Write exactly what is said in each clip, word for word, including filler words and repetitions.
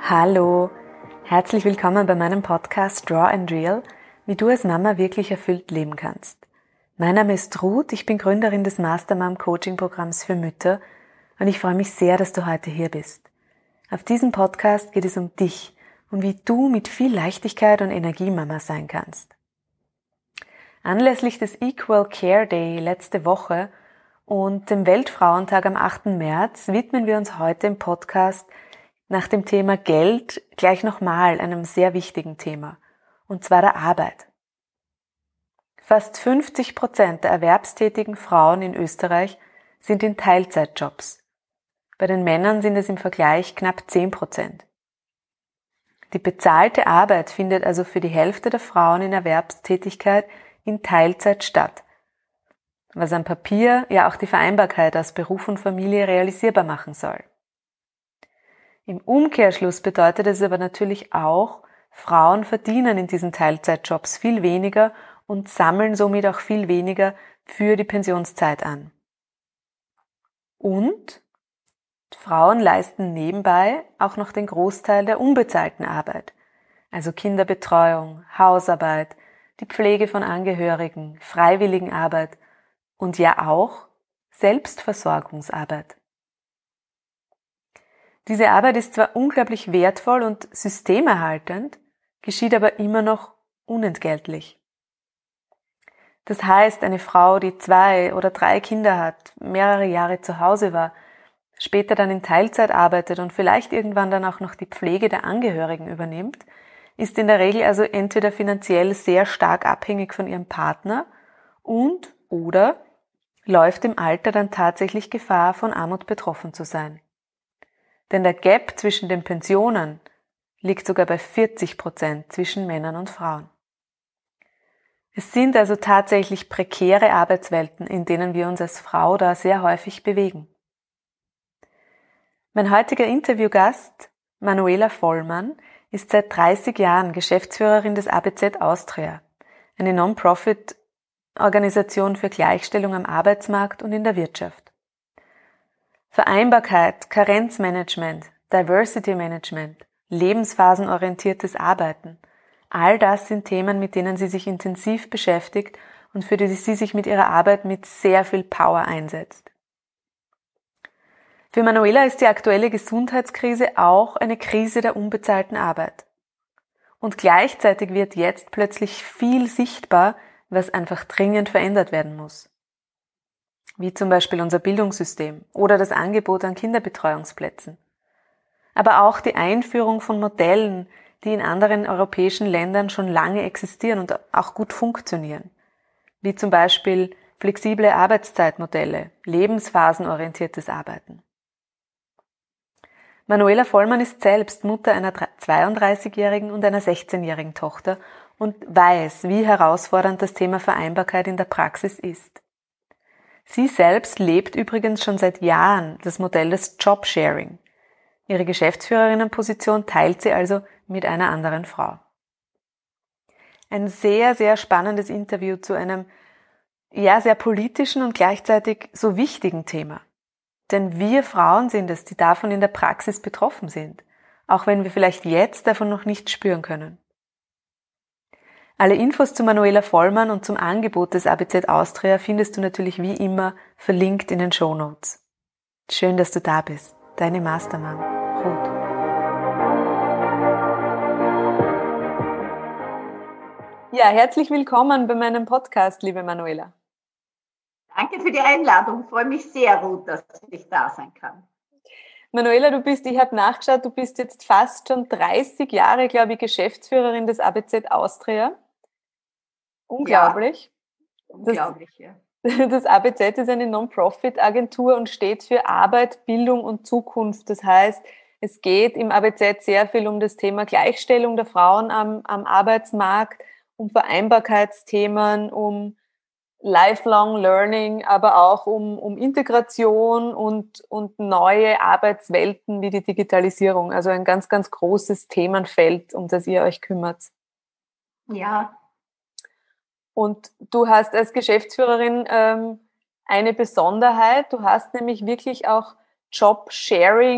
Hallo, herzlich willkommen bei meinem Podcast Draw and Real, wie du als Mama wirklich erfüllt leben kannst. Mein Name ist Ruth, ich bin Gründerin des Mastermom Coaching Programms für Mütter und ich freue mich sehr, dass du heute hier bist. Auf diesem Podcast geht es um dich und wie du mit viel Leichtigkeit und Energie Mama sein kannst. Anlässlich des Equal Care Day letzte Woche und dem Weltfrauentag am achten März widmen wir uns heute im Podcast nach dem Thema Geld gleich nochmal einem sehr wichtigen Thema, und zwar der Arbeit. Fast fünfzig Prozent der erwerbstätigen Frauen in Österreich sind in Teilzeitjobs. Bei den Männern sind es im Vergleich knapp zehn Prozent. Die bezahlte Arbeit findet also für die Hälfte der Frauen in Erwerbstätigkeit in Teilzeit statt, was am Papier ja auch die Vereinbarkeit aus Beruf und Familie realisierbar machen soll. Im Umkehrschluss bedeutet es aber natürlich auch, Frauen verdienen in diesen Teilzeitjobs viel weniger und sammeln somit auch viel weniger für die Pensionszeit an. Und Frauen leisten nebenbei auch noch den Großteil der unbezahlten Arbeit, also Kinderbetreuung, Hausarbeit, die Pflege von Angehörigen, Freiwilligenarbeit und ja auch Selbstversorgungsarbeit. Diese Arbeit ist zwar unglaublich wertvoll und systemerhaltend, geschieht aber immer noch unentgeltlich. Das heißt, eine Frau, die zwei oder drei Kinder hat, mehrere Jahre zu Hause war, später dann in Teilzeit arbeitet und vielleicht irgendwann dann auch noch die Pflege der Angehörigen übernimmt, ist in der Regel also entweder finanziell sehr stark abhängig von ihrem Partner und oder läuft im Alter dann tatsächlich Gefahr, von Armut betroffen zu sein. Denn der Gap zwischen den Pensionen liegt sogar bei vierzig Prozent zwischen Männern und Frauen. Es sind also tatsächlich prekäre Arbeitswelten, in denen wir uns als Frau da sehr häufig bewegen. Mein heutiger Interviewgast, Manuela Vollmann, ist seit dreißig Jahren Geschäftsführerin des A B Z Austria, eine Non-Profit-Organisation für Gleichstellung am Arbeitsmarkt und in der Wirtschaft. Vereinbarkeit, Karenzmanagement, Diversity Management, lebensphasenorientiertes Arbeiten, all das sind Themen, mit denen sie sich intensiv beschäftigt und für die sie sich mit ihrer Arbeit mit sehr viel Power einsetzt. Für Manuela ist die aktuelle Gesundheitskrise auch eine Krise der unbezahlten Arbeit. Und gleichzeitig wird jetzt plötzlich viel sichtbar, was einfach dringend verändert werden muss. Wie zum Beispiel unser Bildungssystem oder das Angebot an Kinderbetreuungsplätzen. Aber auch die Einführung von Modellen, die in anderen europäischen Ländern schon lange existieren und auch gut funktionieren. Wie zum Beispiel flexible Arbeitszeitmodelle, lebensphasenorientiertes Arbeiten. Manuela Vollmann ist selbst Mutter einer zweiunddreißigjährigen und einer sechzehnjährigen Tochter und weiß, wie herausfordernd das Thema Vereinbarkeit in der Praxis ist. Sie selbst lebt übrigens schon seit Jahren das Modell des Jobsharing. Ihre Geschäftsführerinnenposition teilt sie also mit einer anderen Frau. Ein sehr, sehr spannendes Interview zu einem ja sehr politischen und gleichzeitig so wichtigen Thema. Denn wir Frauen sind es, die davon in der Praxis betroffen sind, auch wenn wir vielleicht jetzt davon noch nicht spüren können. Alle Infos zu Manuela Vollmann und zum Angebot des A B Z Austria findest du natürlich wie immer verlinkt in den Shownotes. Schön, dass du da bist. Deine Mastermom, Ruth. Ja, herzlich willkommen bei meinem Podcast, liebe Manuela. Danke für die Einladung. Ich freue mich sehr, Ruth, dass ich da sein kann. Manuela, du bist, ich habe nachgeschaut, du bist jetzt fast schon dreißig Jahre, glaube ich, Geschäftsführerin des A B Z Austria. Unglaublich. Ja, unglaublich, das, ja. Das A B Z ist eine Non-Profit-Agentur und steht für Arbeit, Bildung und Zukunft. Das heißt, es geht im A B Z sehr viel um das Thema Gleichstellung der Frauen am, am Arbeitsmarkt, um Vereinbarkeitsthemen, um Lifelong Learning, aber auch um, um Integration und, und neue Arbeitswelten wie die Digitalisierung. Also ein ganz, ganz großes Themenfeld, um das ihr euch kümmert. Ja. Und du hast als Geschäftsführerin ähm, eine Besonderheit. Du hast nämlich wirklich auch Job-Sharing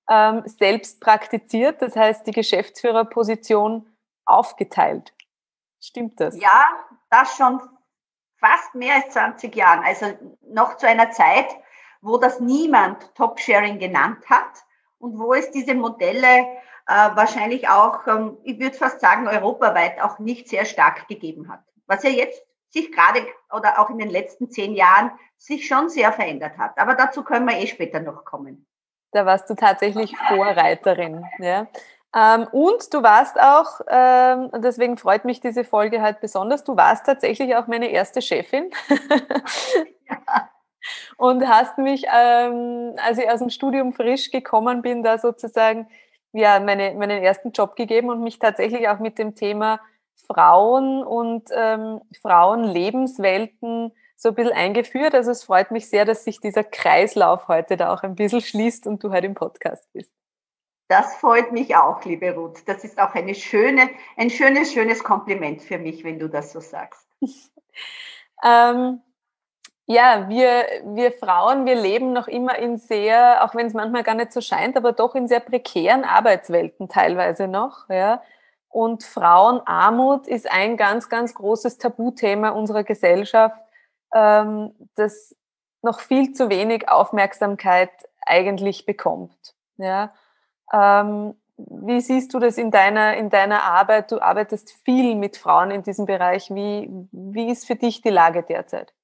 ähm, selbst praktiziert, das heißt die Geschäftsführerposition aufgeteilt. Stimmt das? Ja, das schon fast mehr als zwanzig Jahren. Also noch zu einer Zeit, wo das niemand Top-Sharing genannt hat und wo es diese Modelle äh, wahrscheinlich auch, ähm, ich würde fast sagen, europaweit auch nicht sehr stark gegeben hat. Was ja jetzt sich gerade oder auch in den letzten zehn Jahren sich schon sehr verändert hat. Aber dazu können wir eh später noch kommen. Da warst du tatsächlich Vorreiterin. Ja. Ähm, und du warst auch, ähm, und deswegen freut mich diese Folge halt besonders, du warst tatsächlich auch meine erste Chefin. Ja. Und hast mich, ähm, als ich aus dem Studium frisch gekommen bin, da sozusagen ja meine, meinen ersten Job gegeben und mich tatsächlich auch mit dem Thema Frauen und ähm, Frauenlebenswelten so ein bisschen eingeführt. Also es freut mich sehr, dass sich dieser Kreislauf heute da auch ein bisschen schließt und du heute im Podcast bist. Das freut mich auch, liebe Ruth. Das ist auch eine schöne, ein schönes, schönes Kompliment für mich, wenn du das so sagst. ähm, Ja, wir, wir Frauen, wir leben noch immer in sehr, auch wenn es manchmal gar nicht so scheint, aber doch in sehr prekären Arbeitswelten teilweise noch, ja. Und Frauenarmut ist ein ganz, ganz großes Tabuthema unserer Gesellschaft, ähm, das noch viel zu wenig Aufmerksamkeit eigentlich bekommt, ja. Ähm, wie siehst du das in deiner, in deiner Arbeit? Du arbeitest viel mit Frauen in diesem Bereich. Wie, wie ist für dich die Lage derzeit?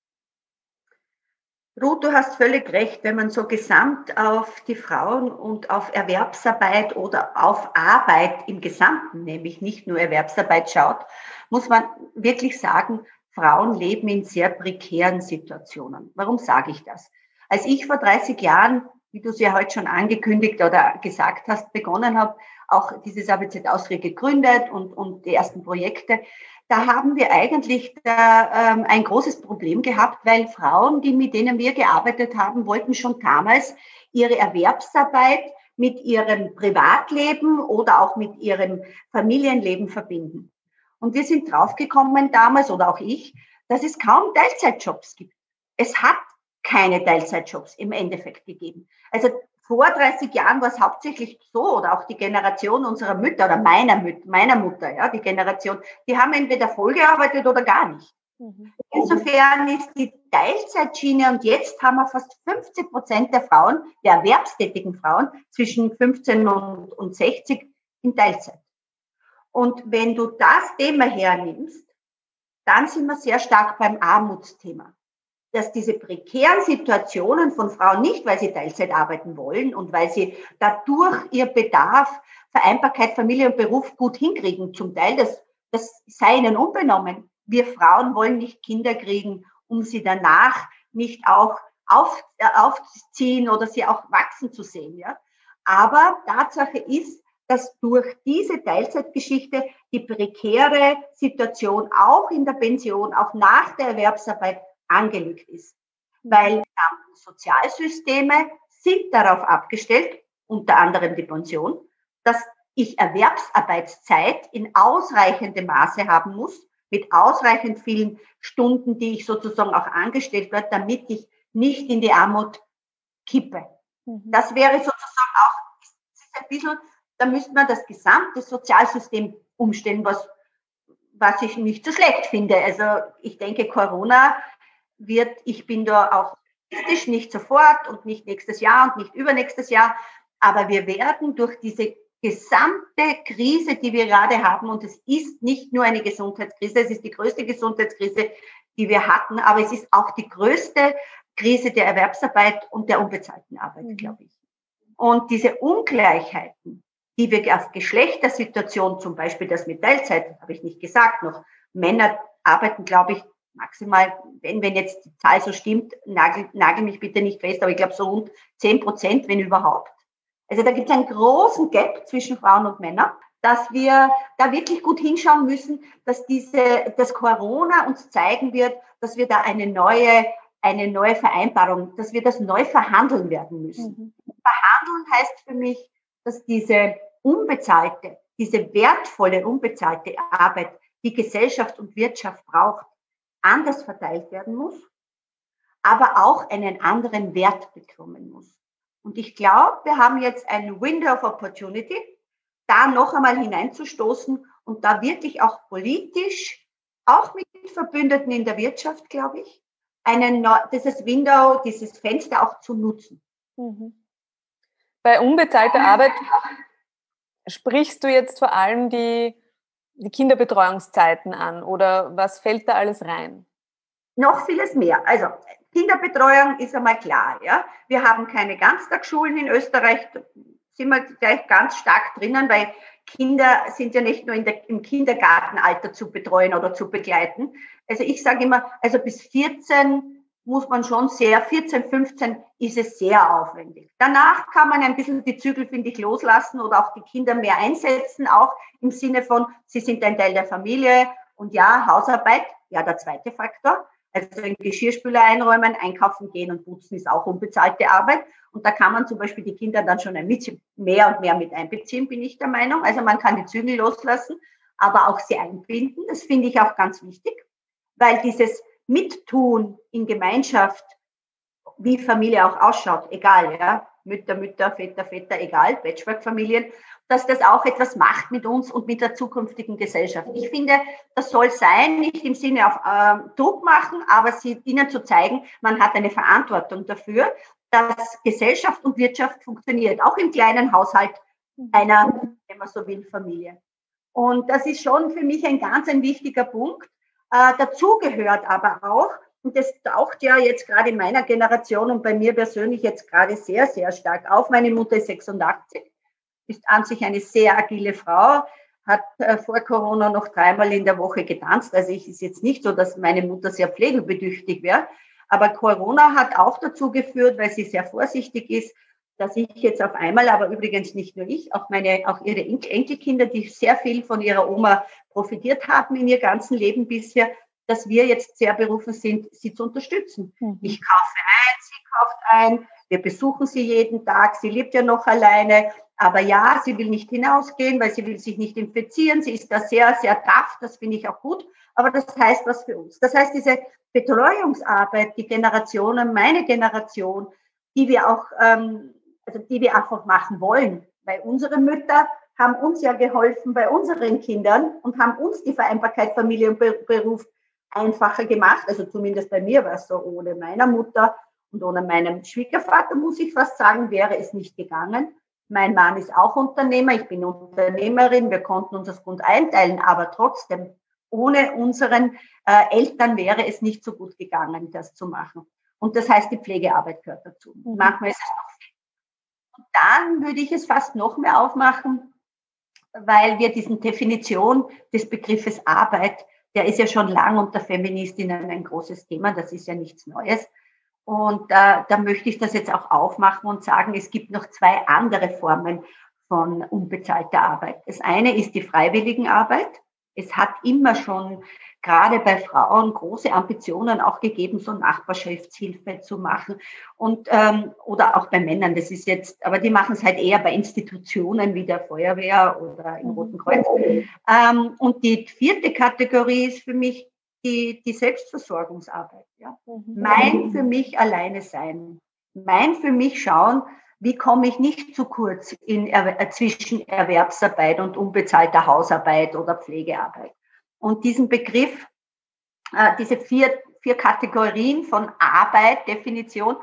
Ruth, du hast völlig recht. Wenn man so gesamt auf die Frauen und auf Erwerbsarbeit oder auf Arbeit im Gesamten, nämlich nicht nur Erwerbsarbeit schaut, muss man wirklich sagen, Frauen leben in sehr prekären Situationen. Warum sage ich das? Als ich vor dreißig Jahren, wie du es ja heute schon angekündigt oder gesagt hast, begonnen habe, auch dieses A B Z Austria gegründet und, und die ersten Projekte, da haben wir eigentlich da, ähm, ein großes Problem gehabt, weil Frauen, die mit denen wir gearbeitet haben, wollten schon damals ihre Erwerbsarbeit mit ihrem Privatleben oder auch mit ihrem Familienleben verbinden. Und wir sind draufgekommen damals, oder auch ich, dass es kaum Teilzeitjobs gibt. Es hat keine Teilzeitjobs im Endeffekt gegeben. Also vor dreißig Jahren war es hauptsächlich so, oder auch die Generation unserer Mütter oder meiner, Müt meiner Mutter, ja, die Generation, die haben entweder voll gearbeitet oder gar nicht. Mhm. Insofern ist die Teilzeitschiene, und jetzt haben wir fast fünfzig Prozent der Frauen, der erwerbstätigen Frauen, zwischen fünfzehn und, und sechzig in Teilzeit. Und wenn du das Thema hernimmst, dann sind wir sehr stark beim Armutsthema. Dass diese prekären Situationen von Frauen nicht, weil sie Teilzeit arbeiten wollen und weil sie dadurch ihr Bedarf, Vereinbarkeit, Familie und Beruf gut hinkriegen, zum Teil, das, das sei ihnen unbenommen. Wir Frauen wollen nicht Kinder kriegen, um sie danach nicht auch auf, äh, aufziehen oder sie auch wachsen zu sehen. Ja? Aber Tatsache ist, dass durch diese Teilzeitgeschichte die prekäre Situation auch in der Pension, auch nach der Erwerbsarbeit angelegt ist. Weil Sozialsysteme sind darauf abgestellt, unter anderem die Pension, dass ich Erwerbsarbeitszeit in ausreichendem Maße haben muss, mit ausreichend vielen Stunden, die ich sozusagen auch angestellt werde, damit ich nicht in die Armut kippe. Mhm. Das wäre sozusagen auch ein bisschen, da müsste man das gesamte Sozialsystem umstellen, was, was ich nicht so schlecht finde. Also ich denke, Corona wird, ich bin da auch optimistisch, nicht sofort und nicht nächstes Jahr und nicht übernächstes Jahr, aber wir werden durch diese gesamte Krise, die wir gerade haben, und es ist nicht nur eine Gesundheitskrise, es ist die größte Gesundheitskrise, die wir hatten, aber es ist auch die größte Krise der Erwerbsarbeit und der unbezahlten Arbeit, mhm. glaube ich. Und diese Ungleichheiten, die wir auf Geschlechtersituation, zum Beispiel das mit Teilzeit, habe ich nicht gesagt, noch Männer arbeiten, glaube ich, maximal, wenn, wenn jetzt die Zahl so stimmt, nagel, nagel mich bitte nicht fest, aber ich glaube so rund zehn Prozent, wenn überhaupt. Also da gibt es einen großen Gap zwischen Frauen und Männern, dass wir da wirklich gut hinschauen müssen, dass diese, dass Corona uns zeigen wird, dass wir da eine neue, eine neue Vereinbarung, dass wir das neu verhandeln werden müssen. Mhm. Verhandeln heißt für mich, dass diese unbezahlte, diese wertvolle unbezahlte Arbeit, die Gesellschaft und Wirtschaft braucht, anders verteilt werden muss, aber auch einen anderen Wert bekommen muss. Und ich glaube, wir haben jetzt ein Window of Opportunity, da noch einmal hineinzustoßen und da wirklich auch politisch, auch mit Verbündeten in der Wirtschaft, glaube ich, einen, dieses Window, dieses Fenster auch zu nutzen. Mhm. Bei unbezahlter Arbeit sprichst du jetzt vor allem die, die Kinderbetreuungszeiten an oder was fällt da alles rein? Noch vieles mehr. Also Kinderbetreuung ist einmal klar. Ja? Wir haben keine Ganztagsschulen in Österreich, da sind wir gleich ganz stark drinnen, weil Kinder sind ja nicht nur in der, im Kindergartenalter zu betreuen oder zu begleiten. Also ich sage immer, also bis vierzehn muss man schon sehr, vierzehn, fünfzehn ist es sehr aufwendig. Danach kann man ein bisschen die Zügel, finde ich, loslassen oder auch die Kinder mehr einsetzen, auch im Sinne von, sie sind ein Teil der Familie und ja, Hausarbeit, ja, der zweite Faktor. Also den Geschirrspüler einräumen, einkaufen gehen und putzen ist auch unbezahlte Arbeit. Und da kann man zum Beispiel die Kinder dann schon ein bisschen mehr und mehr mit einbeziehen, bin ich der Meinung. Also man kann die Zügel loslassen, aber auch sie einbinden. Das finde ich auch ganz wichtig, weil dieses Mittun in Gemeinschaft, wie Familie auch ausschaut, egal, ja, Mütter, Mütter, Väter, Väter, egal, Patchwork-Familien, dass das auch etwas macht mit uns und mit der zukünftigen Gesellschaft. Ich finde, das soll sein, nicht im Sinne auf äh, Druck machen, aber sie, ihnen zu zeigen, man hat eine Verantwortung dafür, dass Gesellschaft und Wirtschaft funktioniert, auch im kleinen Haushalt einer, wenn man so will, Familie. Und das ist schon für mich ein ganz ein wichtiger Punkt. Äh, dazu gehört aber auch, und das taucht ja jetzt gerade in meiner Generation und bei mir persönlich jetzt gerade sehr, sehr stark auf. Meine Mutter ist sechsundachtzig, ist an sich eine sehr agile Frau, hat äh, vor Corona noch dreimal in der Woche getanzt. Also ich ist jetzt nicht so, dass meine Mutter sehr pflegebedürftig wäre. Aber Corona hat auch dazu geführt, weil sie sehr vorsichtig ist, dass ich jetzt auf einmal, aber übrigens nicht nur ich, auch meine, auch ihre Enkelkinder, die sehr viel von ihrer Oma profitiert haben in ihr ganzen Leben bisher, dass wir jetzt sehr berufen sind, sie zu unterstützen. Mhm. Ich kaufe ein, sie kauft ein, wir besuchen sie jeden Tag, sie lebt ja noch alleine, aber ja, sie will nicht hinausgehen, weil sie will sich nicht infizieren, sie ist da sehr, sehr tough, das finde ich auch gut, aber das heißt was für uns. Das heißt, diese Betreuungsarbeit, die Generationen, meine Generation, die wir auch, ähm, also die wir einfach machen wollen, weil unsere Mütter haben uns ja geholfen bei unseren Kindern und haben uns die Vereinbarkeit Familie und Beruf einfacher gemacht. Also zumindest bei mir war es so, ohne meiner Mutter und ohne meinem Schwiegervater, muss ich fast sagen, wäre es nicht gegangen. Mein Mann ist auch Unternehmer, ich bin Unternehmerin, wir konnten uns das gut einteilen, aber trotzdem, ohne unseren äh, Eltern wäre es nicht so gut gegangen, das zu machen. Und das heißt, die Pflegearbeit gehört dazu. Mhm. Manchmal ist es noch viel. Und dann würde ich es fast noch mehr aufmachen, weil wir diesen Definition des Begriffes Arbeit, der ist ja schon lang unter Feministinnen ein großes Thema, das ist ja nichts Neues. Und äh, da möchte ich das jetzt auch aufmachen und sagen, es gibt noch zwei andere Formen von unbezahlter Arbeit. Das eine ist die Freiwilligenarbeit. Es hat immer schon gerade bei Frauen große Ambitionen auch gegeben, so Nachbarschaftshilfe zu machen. Und ähm, oder auch bei Männern, das ist jetzt, aber die machen es halt eher bei Institutionen wie der Feuerwehr oder im Roten Kreuz. Ähm, und die vierte Kategorie ist für mich die, die Selbstversorgungsarbeit. Ja. Mein für mich alleine sein. Mein für mich schauen, wie komme ich nicht zu kurz in, äh, zwischen Erwerbsarbeit und unbezahlter Hausarbeit oder Pflegearbeit. Und diesen Begriff, äh, diese vier, vier Kategorien von Arbeit, Definition,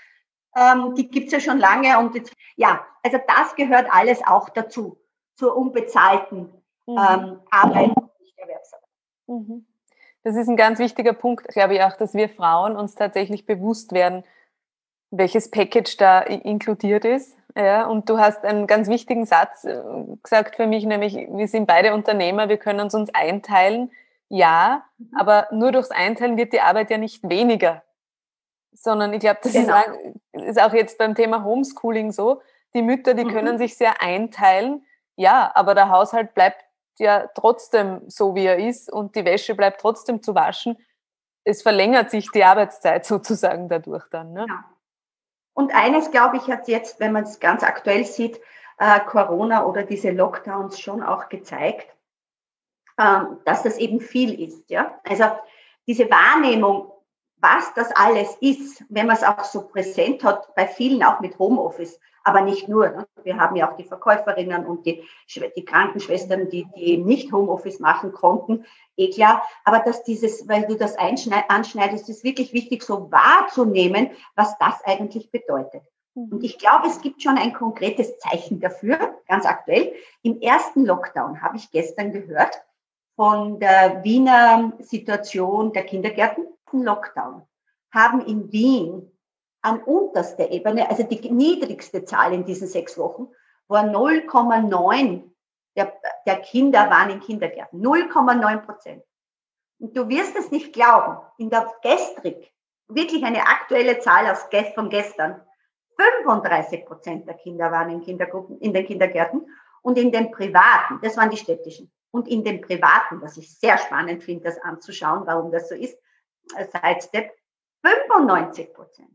ähm, die gibt's ja schon lange. Und jetzt, ja, also das gehört alles auch dazu, zur unbezahlten ähm, Arbeit und nicht Erwerbsarbeit. Mhm. Das ist ein ganz wichtiger Punkt, glaube ich auch, dass wir Frauen uns tatsächlich bewusst werden, welches Package da inkludiert ist. Ja, und du hast einen ganz wichtigen Satz gesagt für mich, nämlich wir sind beide Unternehmer, wir können uns uns einteilen. Ja, mhm. aber nur durchs Einteilen wird die Arbeit ja nicht weniger. Sondern ich glaube, das genau. ist, auch, ist auch jetzt beim Thema Homeschooling so. Die Mütter, die mhm. können sich sehr einteilen. Ja, aber der Haushalt bleibt ja trotzdem so, wie er ist und die Wäsche bleibt trotzdem zu waschen. Es verlängert sich die Arbeitszeit sozusagen dadurch dann. Ne? Ja. Und eines, glaube ich, hat jetzt, wenn man es ganz aktuell sieht, äh, Corona oder diese Lockdowns schon auch gezeigt, ähm, dass das eben viel ist. Ja? Also diese Wahrnehmung, was das alles ist, wenn man es auch so präsent hat, bei vielen auch mit Homeoffice, aber nicht nur. Ne? Wir haben ja auch die Verkäuferinnen und die, die Krankenschwestern, die, die nicht Homeoffice machen konnten, eh klar. Aber dass dieses, weil du das anschneidest, ist wirklich wichtig, so wahrzunehmen, was das eigentlich bedeutet. Und ich glaube, es gibt schon ein konkretes Zeichen dafür, ganz aktuell. Im ersten Lockdown habe ich gestern gehört von der Wiener Situation der Kindergärten. Im Lockdown haben in Wien an unterster Ebene, also die niedrigste Zahl in diesen sechs Wochen, war null Komma neun der, der Kinder waren in Kindergärten. null Komma neun Prozent. Und du wirst es nicht glauben, in der gestrig, wirklich eine aktuelle Zahl aus, von gestern, fünfunddreißig Prozent der Kinder waren in Kindergruppen, in den Kindergärten und in den privaten, das waren die städtischen, und in den privaten, was ich sehr spannend finde, das anzuschauen, warum das so ist, Sidestep, fünfundneunzig Prozent.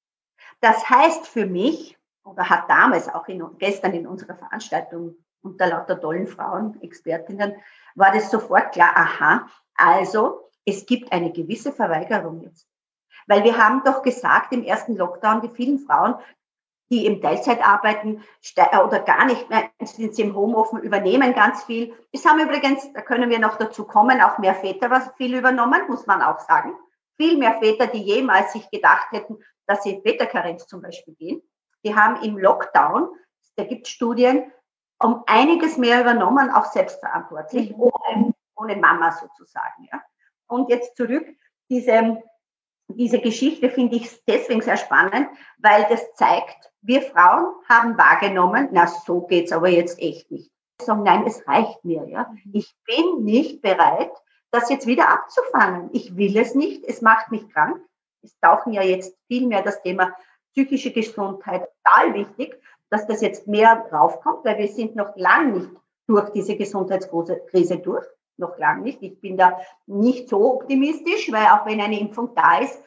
Das heißt für mich, oder hat damals auch in, gestern in unserer Veranstaltung unter lauter tollen Frauen, Expertinnen, war das sofort klar, aha, also es gibt eine gewisse Verweigerung jetzt. Weil wir haben doch gesagt, im ersten Lockdown, die vielen Frauen, die im Teilzeit arbeiten oder gar nicht mehr, sind sie im Homeoffice, übernehmen ganz viel. Es haben übrigens, da können wir noch dazu kommen, auch mehr Väter was viel übernommen, muss man auch sagen. Viel mehr Väter, die jemals sich gedacht hätten, dass sie in Väterkarenz zum Beispiel gehen. Die haben im Lockdown, da gibt es Studien, um einiges mehr übernommen, auch selbstverantwortlich, mhm. ohne, ohne Mama sozusagen. Ja. Und jetzt zurück, diese, diese Geschichte finde ich deswegen sehr spannend, weil das zeigt, wir Frauen haben wahrgenommen, na so geht's aber jetzt echt nicht. Sagen, nein, es reicht mir. Ja. Ich bin nicht bereit, das jetzt wieder abzufangen. Ich will es nicht, es macht mich krank. Es tauchen ja jetzt viel mehr das Thema psychische Gesundheit, total wichtig, dass das jetzt mehr raufkommt, weil wir sind noch lang nicht durch diese Gesundheitskrise durch, noch lang nicht. Ich bin da nicht so optimistisch, weil auch wenn eine Impfung da ist,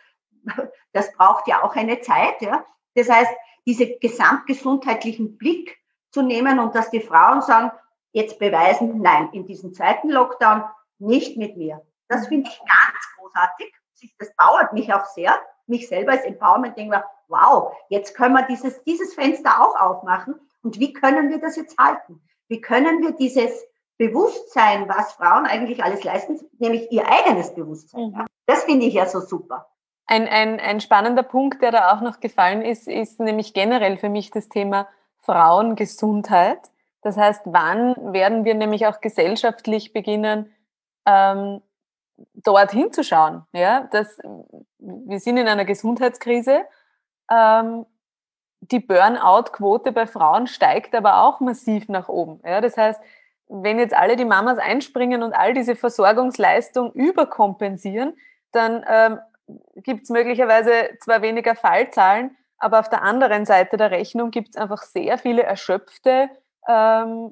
das braucht ja auch eine Zeit. Ja. Das heißt, diese gesamtgesundheitlichen Blick zu nehmen und dass die Frauen sagen, jetzt beweisen, nein, in diesem zweiten Lockdown nicht mit mir. Das finde ich ganz großartig. Das dauert mich auch sehr. Mich selber als Empowerment denke mir, wow, jetzt können wir dieses, dieses Fenster auch aufmachen. Und wie können wir das jetzt halten? Wie können wir dieses Bewusstsein, was Frauen eigentlich alles leisten, nämlich ihr eigenes Bewusstsein. Mhm. Das finde ich ja so super. Ein, ein, ein spannender Punkt, der da auch noch gefallen ist, ist nämlich generell für mich das Thema Frauengesundheit. Das heißt, wann werden wir nämlich auch gesellschaftlich beginnen, ähm, dort hinzuschauen? Ja, dass, wir sind in einer Gesundheitskrise. Ähm, die Burnout-Quote bei Frauen steigt aber auch massiv nach oben. Ja, das heißt, wenn jetzt alle die Mamas einspringen und all diese Versorgungsleistung überkompensieren, dann ähm, gibt es möglicherweise zwar weniger Fallzahlen, aber auf der anderen Seite der Rechnung gibt es einfach sehr viele erschöpfte, ähm,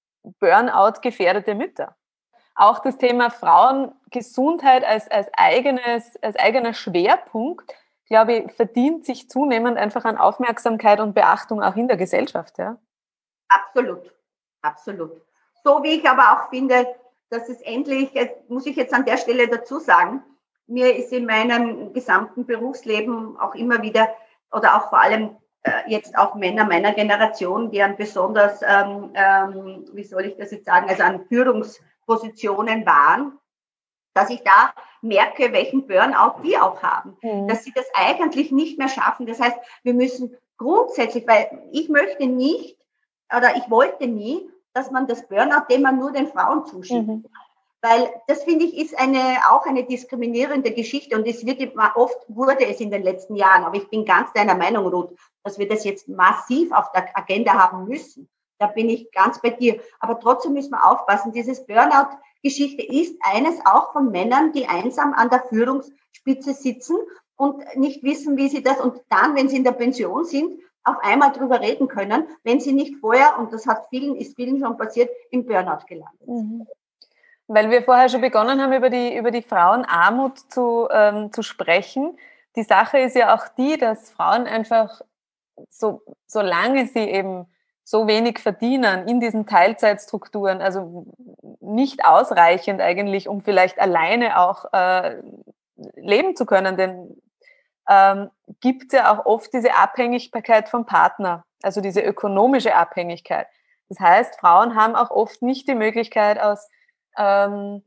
Burnout-gefährdete Mütter. Auch das Thema Frauengesundheit als, als, eigenes, als eigener Schwerpunkt, glaube ich, verdient sich zunehmend einfach an Aufmerksamkeit und Beachtung auch in der Gesellschaft. Ja? Absolut, absolut. So wie ich aber auch finde, dass es endlich, muss ich jetzt an der Stelle dazu sagen, mir ist in meinem gesamten Berufsleben auch immer wieder, oder auch vor allem äh, jetzt auch Männer meiner Generation, die an besonders, ähm, ähm, wie soll ich das jetzt sagen, also an Führungspositionen waren, dass ich da merke, welchen Burnout die auch haben, mhm. dass sie das eigentlich nicht mehr schaffen. Das heißt, wir müssen grundsätzlich, weil ich möchte nicht, oder ich wollte nie, dass man das Burnout, den man nur den Frauen zuschiebt. Mhm. Weil das, finde ich, ist eine, auch eine diskriminierende Geschichte und es wird immer, oft wurde es in den letzten Jahren, aber ich bin ganz deiner Meinung, Ruth, dass wir das jetzt massiv auf der Agenda haben müssen. Da bin ich ganz bei dir. Aber trotzdem müssen wir aufpassen, dieses Burnout-Geschichte ist eines auch von Männern, die einsam an der Führungsspitze sitzen und nicht wissen, wie sie das, und dann, wenn sie in der Pension sind, auf einmal drüber reden können, wenn sie nicht vorher, und das hat vielen, ist vielen schon passiert, im Burnout gelandet sind. Mhm. Weil wir vorher schon begonnen haben, über die, über die Frauenarmut zu, ähm, zu sprechen. Die Sache ist ja auch die, dass Frauen einfach, so, solange sie eben so wenig verdienen in diesen Teilzeitstrukturen, also nicht ausreichend eigentlich, um vielleicht alleine auch äh, leben zu können, denn ähm, gibt es ja auch oft diese Abhängigkeit vom Partner, also diese ökonomische Abhängigkeit. Das heißt, Frauen haben auch oft nicht die Möglichkeit, aus, ähm,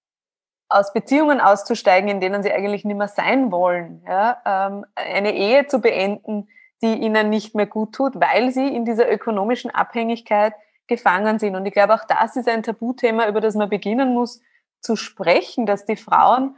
aus Beziehungen auszusteigen, in denen sie eigentlich nicht mehr sein wollen, ja? ähm, eine Ehe zu beenden, die ihnen nicht mehr gut tut, weil sie in dieser ökonomischen Abhängigkeit gefangen sind. Und ich glaube, auch das ist ein Tabuthema, über das man beginnen muss zu sprechen, dass die Frauen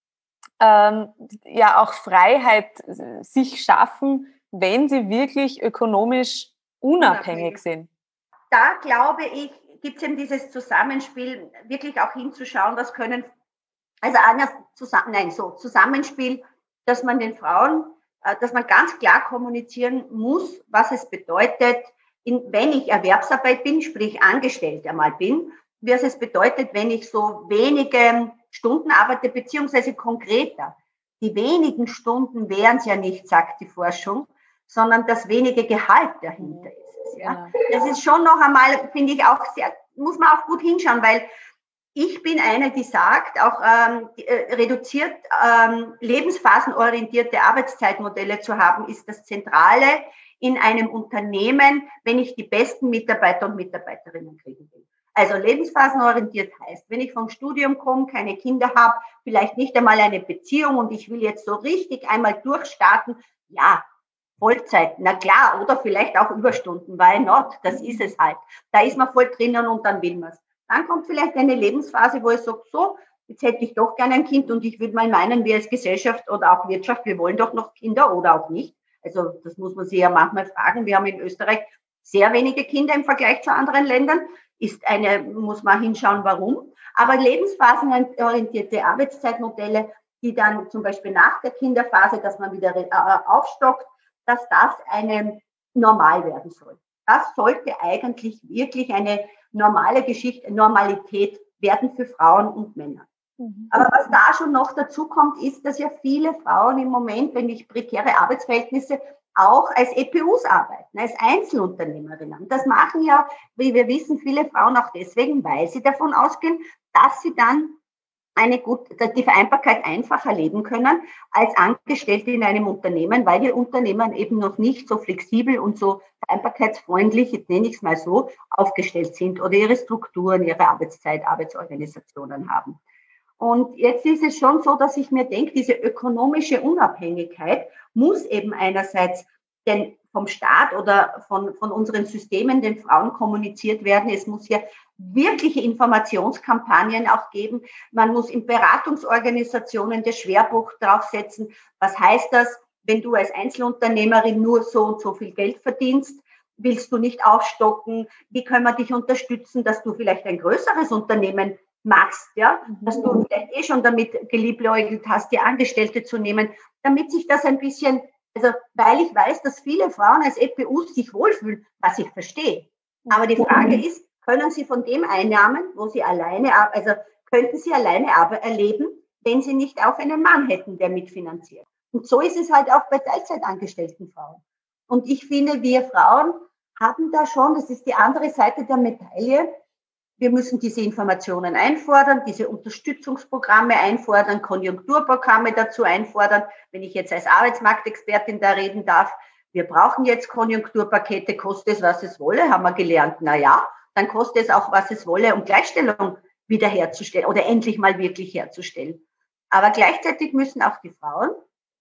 ähm, ja auch Freiheit sich schaffen, wenn sie wirklich ökonomisch unabhängig sind. Da glaube ich, gibt es eben dieses Zusammenspiel, wirklich auch hinzuschauen, was können, also anders zusammen, nein, so Zusammenspiel, dass man den Frauen, äh, dass man ganz klar kommunizieren muss, was es bedeutet, in, wenn ich Erwerbsarbeit bin, sprich angestellt einmal bin, was es bedeutet, wenn ich so wenige Stunden arbeite, beziehungsweise konkreter. Die wenigen Stunden wären es ja nicht, sagt die Forschung, sondern das wenige Gehalt dahinter ist es. Ja? Genau. Das ist schon noch einmal, finde ich auch sehr, muss man auch gut hinschauen, weil ich bin eine, die sagt, auch ähm, die, äh, reduziert ähm, lebensphasenorientierte Arbeitszeitmodelle zu haben, ist das Zentrale in einem Unternehmen, wenn ich die besten Mitarbeiter und Mitarbeiterinnen kriegen will. Also lebensphasenorientiert heißt, wenn ich vom Studium komme, keine Kinder habe, vielleicht nicht einmal eine Beziehung und ich will jetzt so richtig einmal durchstarten, ja, Vollzeit, na klar, oder vielleicht auch Überstunden, why not? Das ist es halt. Da ist man voll drinnen und dann will man es. Dann kommt vielleicht eine Lebensphase, wo ich sage, so, jetzt hätte ich doch gerne ein Kind und ich würde mal meinen, wir als Gesellschaft oder auch Wirtschaft, wir wollen doch noch Kinder oder auch nicht. Also das muss man sich ja manchmal fragen. Wir haben in Österreich sehr wenige Kinder im Vergleich zu anderen Ländern. Ist eine, muss man hinschauen, warum. Aber lebensphasenorientierte Arbeitszeitmodelle, die dann zum Beispiel nach der Kinderphase, dass man wieder äh, aufstockt, dass das eine normal werden soll. Das sollte eigentlich wirklich eine normale Geschichte, Normalität werden für Frauen und Männer. Mhm. Aber was da schon noch dazu kommt, ist, dass ja viele Frauen im Moment, wenn ich prekäre Arbeitsverhältnisse, auch als E P Us arbeiten, als Einzelunternehmerinnen. Das machen ja, wie wir wissen, viele Frauen auch deswegen, weil sie davon ausgehen, dass sie dann eine gut, die Vereinbarkeit einfacher leben können als Angestellte in einem Unternehmen, weil die Unternehmen eben noch nicht so flexibel und so vereinbarkeitsfreundlich, jetzt nenne ich es mal so, aufgestellt sind oder ihre Strukturen, ihre Arbeitszeit, Arbeitsorganisationen haben. Und jetzt ist es schon so, dass ich mir denke, diese ökonomische Unabhängigkeit muss eben einerseits den, vom Staat oder von, von unseren Systemen den Frauen kommuniziert werden. Es muss hier wirkliche Informationskampagnen auch geben. Man muss in Beratungsorganisationen der Schwerpunkt draufsetzen. Was heißt das, wenn du als Einzelunternehmerin nur so und so viel Geld verdienst? Willst du nicht aufstocken? Wie können wir dich unterstützen, dass du vielleicht ein größeres Unternehmen machst, ja? Dass du vielleicht eh schon damit geliebäugelt hast, die Angestellte zu nehmen, damit sich das ein bisschen, also weil ich weiß, dass viele Frauen als E P Us sich wohlfühlen, was ich verstehe. Aber die Frage ist, können sie von dem Einnahmen, wo sie alleine, also könnten sie alleine aber erleben, wenn sie nicht auch einen Mann hätten, der mitfinanziert. Und so ist es halt auch bei Teilzeitangestellten Frauen. Und ich finde, wir Frauen haben da schon, das ist die andere Seite der Medaille, wir müssen diese Informationen einfordern, diese Unterstützungsprogramme einfordern, Konjunkturprogramme dazu einfordern. Wenn ich jetzt als Arbeitsmarktexpertin da reden darf, wir brauchen jetzt Konjunkturpakete, koste es, was es wolle, haben wir gelernt. Na ja, dann kostet es auch, was es wolle, um Gleichstellung wiederherzustellen oder endlich mal wirklich herzustellen. Aber gleichzeitig müssen auch die Frauen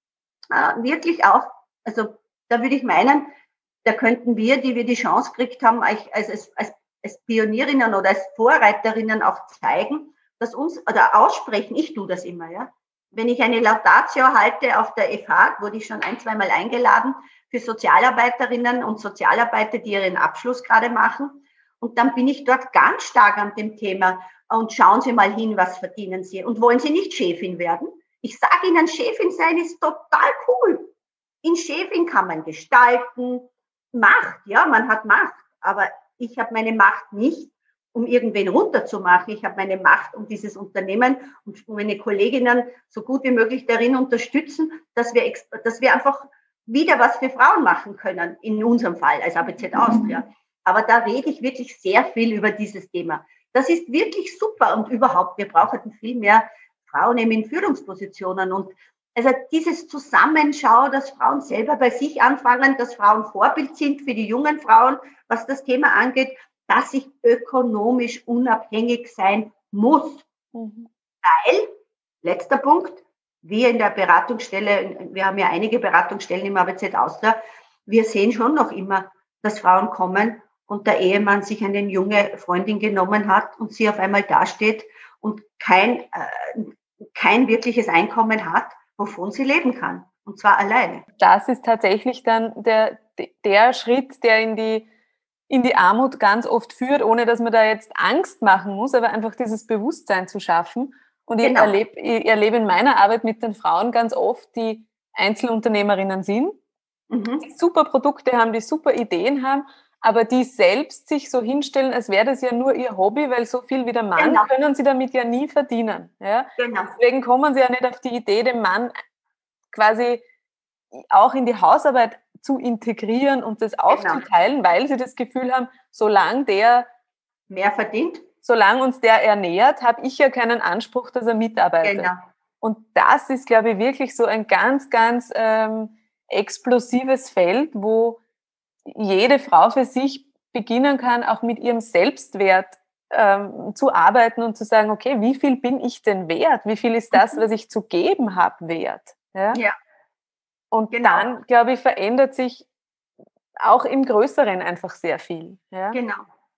äh, wirklich auch, also da würde ich meinen, da könnten wir, die wir die Chance gekriegt haben, als, als, als als Pionierinnen oder als Vorreiterinnen auch zeigen, dass uns, oder aussprechen, ich tue das immer, ja. Wenn ich eine Laudatio halte auf der F H, wurde ich schon ein, zweimal eingeladen für Sozialarbeiterinnen und Sozialarbeiter, die ihren Abschluss gerade machen. Und dann bin ich dort ganz stark an dem Thema und schauen Sie mal hin, was verdienen Sie. Und wollen Sie nicht Chefin werden? Ich sage Ihnen, Chefin sein ist total cool. In Chefin kann man gestalten, Macht, ja, man hat Macht, aber ich habe meine Macht nicht, um irgendwen runterzumachen. Ich habe meine Macht, um dieses Unternehmen und meine Kolleginnen so gut wie möglich darin unterstützen, dass wir, dass wir einfach wieder was für Frauen machen können, in unserem Fall als A B Z Austria. Aber da rede ich wirklich sehr viel über dieses Thema. Das ist wirklich super und überhaupt, wir brauchen viel mehr Frauen eben in Führungspositionen. Und also dieses Zusammenschau, dass Frauen selber bei sich anfangen, dass Frauen Vorbild sind für die jungen Frauen, was das Thema angeht, dass ich ökonomisch unabhängig sein muss. Mhm. Weil, letzter Punkt, wir in der Beratungsstelle, wir haben ja einige Beratungsstellen im A B Z Austria, wir sehen schon noch immer, dass Frauen kommen und der Ehemann sich eine junge Freundin genommen hat und sie auf einmal dasteht und kein, äh, kein wirkliches Einkommen hat, wovon sie leben kann. Und zwar alleine. Das ist tatsächlich dann der, der Schritt, der in die, in die Armut ganz oft führt, ohne dass man da jetzt Angst machen muss, aber einfach dieses Bewusstsein zu schaffen. Und ich, genau. erlebe, ich erlebe in meiner Arbeit mit den Frauen ganz oft, die Einzelunternehmerinnen sind, mhm. die super Produkte haben, die super Ideen haben, aber die selbst sich so hinstellen, als wäre das ja nur ihr Hobby, weil so viel wie der Mann genau. können sie damit ja nie verdienen. Ja? Genau. Deswegen kommen sie ja nicht auf die Idee, den Mann quasi auch in die Hausarbeit zu integrieren und das aufzuteilen, genau. weil sie das Gefühl haben, solange der mehr verdient, solange uns der ernährt, habe ich ja keinen Anspruch, dass er mitarbeitet. Genau. Und das ist, glaube ich, wirklich so ein ganz, ganz ähm, explosives Feld, wo jede Frau für sich beginnen kann, auch mit ihrem Selbstwert ähm, zu arbeiten und zu sagen, okay, wie viel bin ich denn wert? Wie viel ist das, was ich zu geben habe, wert? Ja. ja. Und genau. dann, glaube ich, verändert sich auch im Größeren einfach sehr viel. Ja. Genau.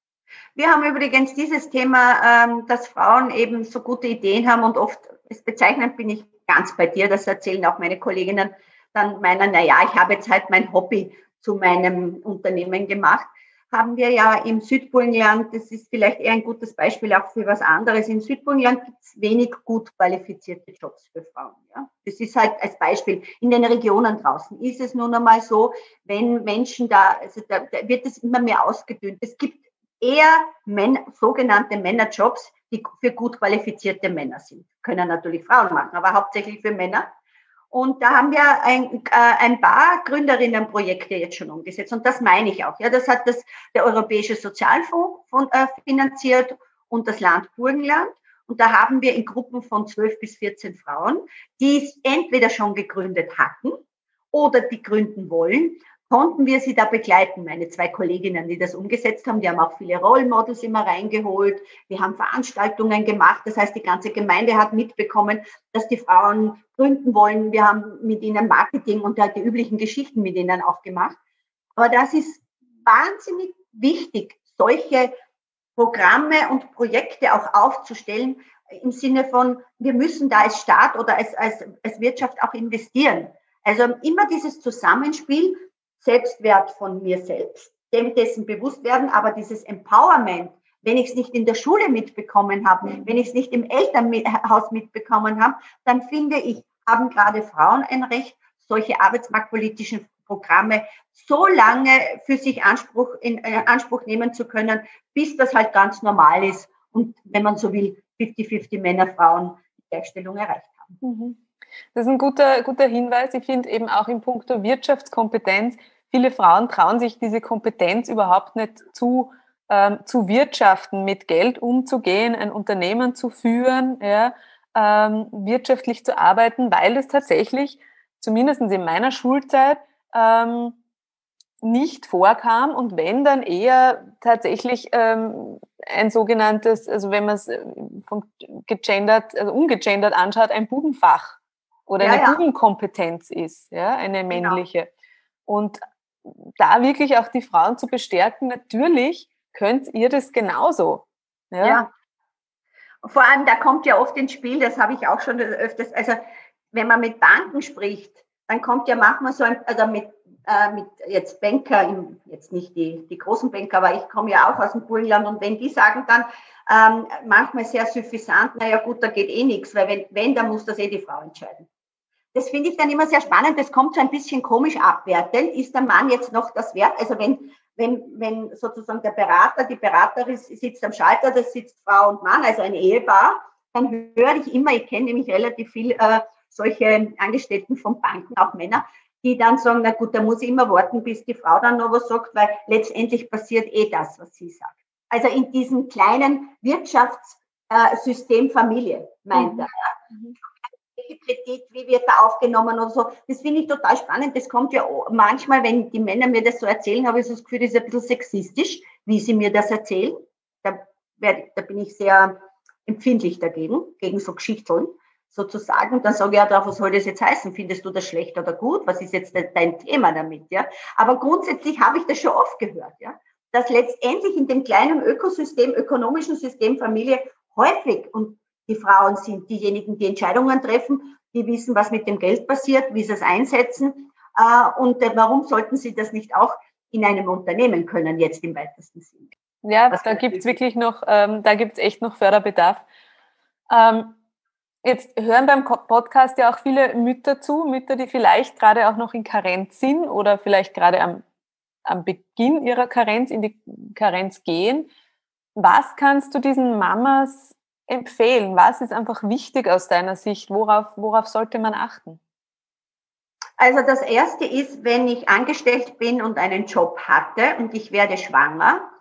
Wir haben übrigens dieses Thema, ähm, dass Frauen eben so gute Ideen haben und oft, es bezeichnend bin ich ganz bei dir, das erzählen auch meine Kolleginnen, dann meinen, na ja, ich habe jetzt halt mein Hobby zu meinem Unternehmen gemacht, haben wir ja im Südburgenland, das ist vielleicht eher ein gutes Beispiel auch für was anderes, im Südburgenland gibt es wenig gut qualifizierte Jobs für Frauen. Ja? Das ist halt als Beispiel. In den Regionen draußen ist es nun einmal so, wenn Menschen da, also da, da wird es immer mehr ausgedünnt. Es gibt eher Männer, sogenannte Männerjobs, die für gut qualifizierte Männer sind. Können natürlich Frauen machen, aber hauptsächlich für Männer. Und da haben wir ein, äh, ein paar Gründerinnenprojekte jetzt schon umgesetzt. Und das meine ich auch. Ja, das hat das, der Europäische Sozialfonds von, äh, finanziert und das Land Burgenland. Und da haben wir in Gruppen von zwölf bis vierzehn Frauen, die es entweder schon gegründet hatten oder die gründen wollen, konnten wir sie da begleiten. Meine zwei Kolleginnen, die das umgesetzt haben, die haben auch viele Role Models immer reingeholt. Wir haben Veranstaltungen gemacht. Das heißt, die ganze Gemeinde hat mitbekommen, dass die Frauen gründen wollen. Wir haben mit ihnen Marketing und halt die üblichen Geschichten mit ihnen auch gemacht. Aber das ist wahnsinnig wichtig, solche Programme und Projekte auch aufzustellen, im Sinne von, wir müssen da als Staat oder als, als, als Wirtschaft auch investieren. Also immer dieses Zusammenspiel, Selbstwert von mir selbst, dem dessen bewusst werden, aber dieses Empowerment, wenn ich es nicht in der Schule mitbekommen habe, wenn ich es nicht im Elternhaus mitbekommen habe, dann finde ich, haben gerade Frauen ein Recht, solche arbeitsmarktpolitischen Programme so lange für sich Anspruch, in äh, Anspruch nehmen zu können, bis das halt ganz normal ist und, wenn man so will, fünfzig fünfzig Männer, Frauen die Gleichstellung erreicht haben. Mhm. Das ist ein guter, guter Hinweis. Ich finde eben auch in puncto Wirtschaftskompetenz, viele Frauen trauen sich diese Kompetenz überhaupt nicht zu, ähm, zu wirtschaften, mit Geld umzugehen, ein Unternehmen zu führen, ja, ähm, wirtschaftlich zu arbeiten, weil es tatsächlich, zumindest in meiner Schulzeit, ähm, nicht vorkam und wenn, dann eher tatsächlich ähm, ein sogenanntes, also wenn man es vom gegendert, also ungegendert anschaut, ein Bubenfach oder ja, eine ja. Bubenkompetenz ist, ja, eine männliche. Genau. Und da wirklich auch die Frauen zu bestärken, natürlich könnt ihr das genauso. Ja. ja. Vor allem, da kommt ja oft ins Spiel, das habe ich auch schon öfters, also wenn man mit Banken spricht, dann kommt ja manchmal so ein, also mit, äh, mit jetzt Banker, jetzt nicht die, die großen Banker, aber ich komme ja auch aus dem Burgenland und wenn die sagen dann ähm, manchmal sehr suffisant, naja gut, da geht eh nichts, weil wenn, wenn, dann muss das eh die Frau entscheiden. Das finde ich dann immer sehr spannend, das kommt so ein bisschen komisch abwertend, ist der Mann jetzt noch das wert? Also wenn, wenn, wenn sozusagen der Berater, die Beraterin sitzt am Schalter, das sitzt Frau und Mann, also ein Ehepaar, dann höre ich immer, ich kenne nämlich relativ viel äh, solche Angestellten von Banken, auch Männer, die dann sagen, na gut, da muss ich immer warten, bis die Frau dann noch was sagt, weil letztendlich passiert eh das, was sie sagt. Also in diesen kleinen Wirtschafts äh, System Familie, meint Mhm. er. Ja. Welche Kredit, wie wird er aufgenommen oder so. Das finde ich total spannend. Das kommt ja manchmal, wenn die Männer mir das so erzählen, habe ich so das Gefühl, das ist ein bisschen sexistisch, wie sie mir das erzählen. Da, werde, da bin ich sehr empfindlich dagegen, gegen so Geschichteln sozusagen. Und dann sage ich, ja, was soll das jetzt heißen? Findest du das schlecht oder gut? Was ist jetzt dein Thema damit? Ja? Aber grundsätzlich habe ich das schon oft gehört, ja? Dass letztendlich in dem kleinen Ökosystem, ökonomischen System Familie häufig und die Frauen sind diejenigen, die Entscheidungen treffen, die wissen, was mit dem Geld passiert, wie sie es einsetzen. Und warum sollten sie das nicht auch in einem Unternehmen können, jetzt im weitesten Sinne? Ja, was da gibt's wirklich noch, ähm, da gibt's echt noch Förderbedarf. Ähm, jetzt hören beim Podcast ja auch viele Mütter zu, Mütter, die vielleicht gerade auch noch in Karenz sind oder vielleicht gerade am, am Beginn ihrer Karenz, in die Karenz gehen. Was kannst du diesen Mamas empfehlen? Was ist einfach wichtig aus deiner Sicht? Worauf, worauf sollte man achten? Also das Erste ist, wenn ich angestellt bin und einen Job hatte und ich werde schwanger,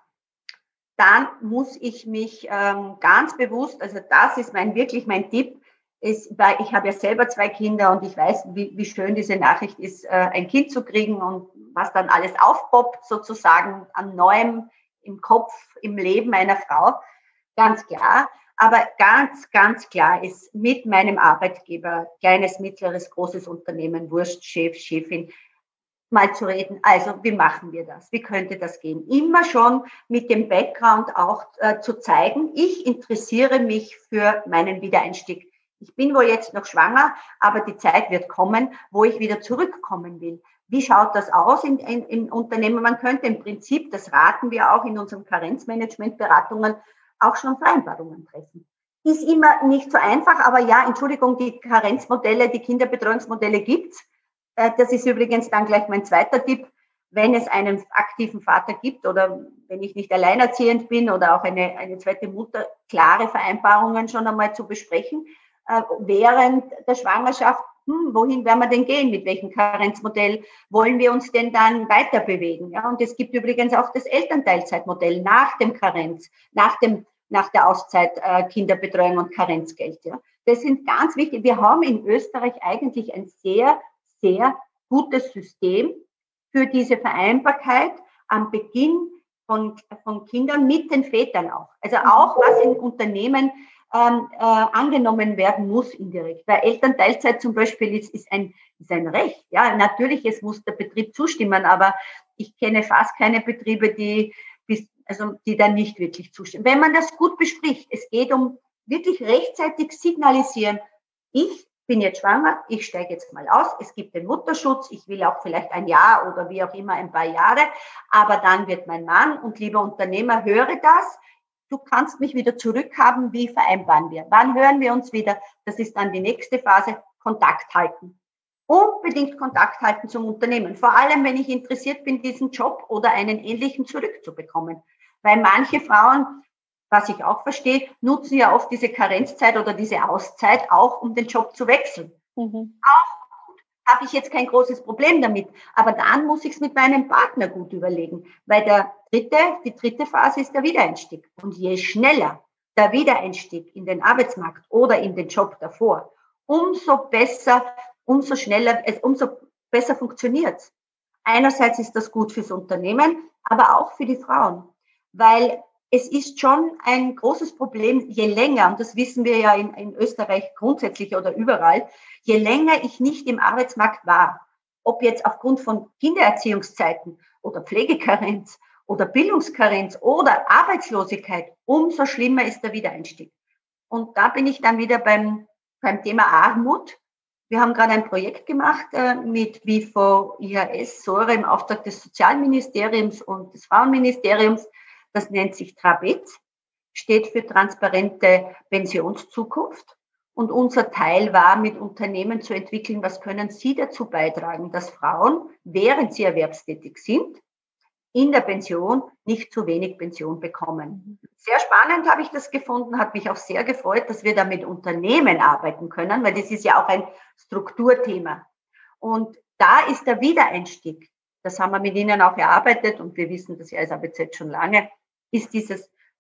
dann muss ich mich ähm, ganz bewusst, also das ist mein wirklich mein Tipp, ist, weil ich habe ja selber zwei Kinder und ich weiß, wie, wie schön diese Nachricht ist, äh, ein Kind zu kriegen und was dann alles aufpoppt sozusagen an Neuem im Kopf, im Leben einer Frau, ganz klar. Aber ganz, ganz klar ist mit meinem Arbeitgeber, kleines, mittleres, großes Unternehmen, Wurst, Chef, Chefin, mal zu reden. Also, wie machen wir das? Wie könnte das gehen? Immer schon mit dem Background auch äh, zu zeigen, ich interessiere mich für meinen Wiedereinstieg. Ich bin wohl jetzt noch schwanger, aber die Zeit wird kommen, wo ich wieder zurückkommen will. Wie schaut das aus in, in, in Unternehmen? Man könnte im Prinzip, das raten wir auch in unseren Karenzmanagement-Beratungen, auch schon Vereinbarungen treffen. Ist immer nicht so einfach, aber ja, Entschuldigung, die Karenzmodelle, die Kinderbetreuungsmodelle gibt's. Das ist übrigens dann gleich mein zweiter Tipp, wenn es einen aktiven Vater gibt oder wenn ich nicht alleinerziehend bin oder auch eine, eine zweite Mutter, klare Vereinbarungen schon einmal zu besprechen. Äh, während der Schwangerschaft, hm, wohin werden wir denn gehen, mit welchem Karenzmodell wollen wir uns denn dann weiter bewegen? Ja? Und es gibt übrigens auch das Elternteilzeitmodell nach dem Karenz, nach, dem, nach der Auszeit äh, Kinderbetreuung und Karenzgeld. Ja? Das sind ganz wichtig. Wir haben in Österreich eigentlich ein sehr sehr gutes System für diese Vereinbarkeit am Beginn von, von Kindern mit den Vätern auch. Also auch, was in Unternehmen ähm, äh, angenommen werden muss indirekt. Weil Elternteilzeit zum Beispiel ist, ist, ein, ist ein Recht. Ja, natürlich, es muss der Betrieb zustimmen, aber ich kenne fast keine Betriebe, die, also, die da nicht wirklich zustimmen. Wenn man das gut bespricht, es geht um wirklich rechtzeitig signalisieren, ich bin jetzt schwanger, ich steige jetzt mal aus, es gibt den Mutterschutz, ich will auch vielleicht ein Jahr oder wie auch immer ein paar Jahre, aber dann wird mein Mann und lieber Unternehmer, höre das, du kannst mich wieder zurückhaben, wie vereinbaren wir? Wann hören wir uns wieder? Das ist dann die nächste Phase, Kontakt halten. Unbedingt Kontakt halten zum Unternehmen, vor allem wenn ich interessiert bin, diesen Job oder einen ähnlichen zurückzubekommen, weil manche Frauen, was ich auch verstehe, nutzen ja oft diese Karenzzeit oder diese Auszeit auch, um den Job zu wechseln. Mhm. Auch gut. Habe ich jetzt kein großes Problem damit. Aber dann muss ich es mit meinem Partner gut überlegen. Weil der dritte, die dritte Phase ist der Wiedereinstieg. Und je schneller der Wiedereinstieg in den Arbeitsmarkt oder in den Job davor, umso besser, umso schneller, umso besser funktioniert es. Einerseits ist das gut fürs Unternehmen, aber auch für die Frauen. Weil es ist schon ein großes Problem, je länger, und das wissen wir ja in, in Österreich grundsätzlich oder überall, je länger ich nicht im Arbeitsmarkt war, ob jetzt aufgrund von Kindererziehungszeiten oder Pflegekarenz oder Bildungskarenz oder Arbeitslosigkeit, umso schlimmer ist der Wiedereinstieg. Und da bin ich dann wieder beim, beim Thema Armut. Wir haben gerade ein Projekt gemacht äh, mit W I F O, I H S, S O R E im Auftrag des Sozialministeriums und des Frauenministeriums. Das nennt sich TRABET, steht für transparente Pensionszukunft. Und unser Teil war, mit Unternehmen zu entwickeln, was können sie dazu beitragen, dass Frauen, während sie erwerbstätig sind, in der Pension nicht zu wenig Pension bekommen. Sehr spannend habe ich das gefunden, hat mich auch sehr gefreut, dass wir da mit Unternehmen arbeiten können, weil das ist ja auch ein Strukturthema. Und da ist der Wiedereinstieg, das haben wir mit Ihnen auch erarbeitet und wir wissen das ja als A B Z schon lange, ist dieses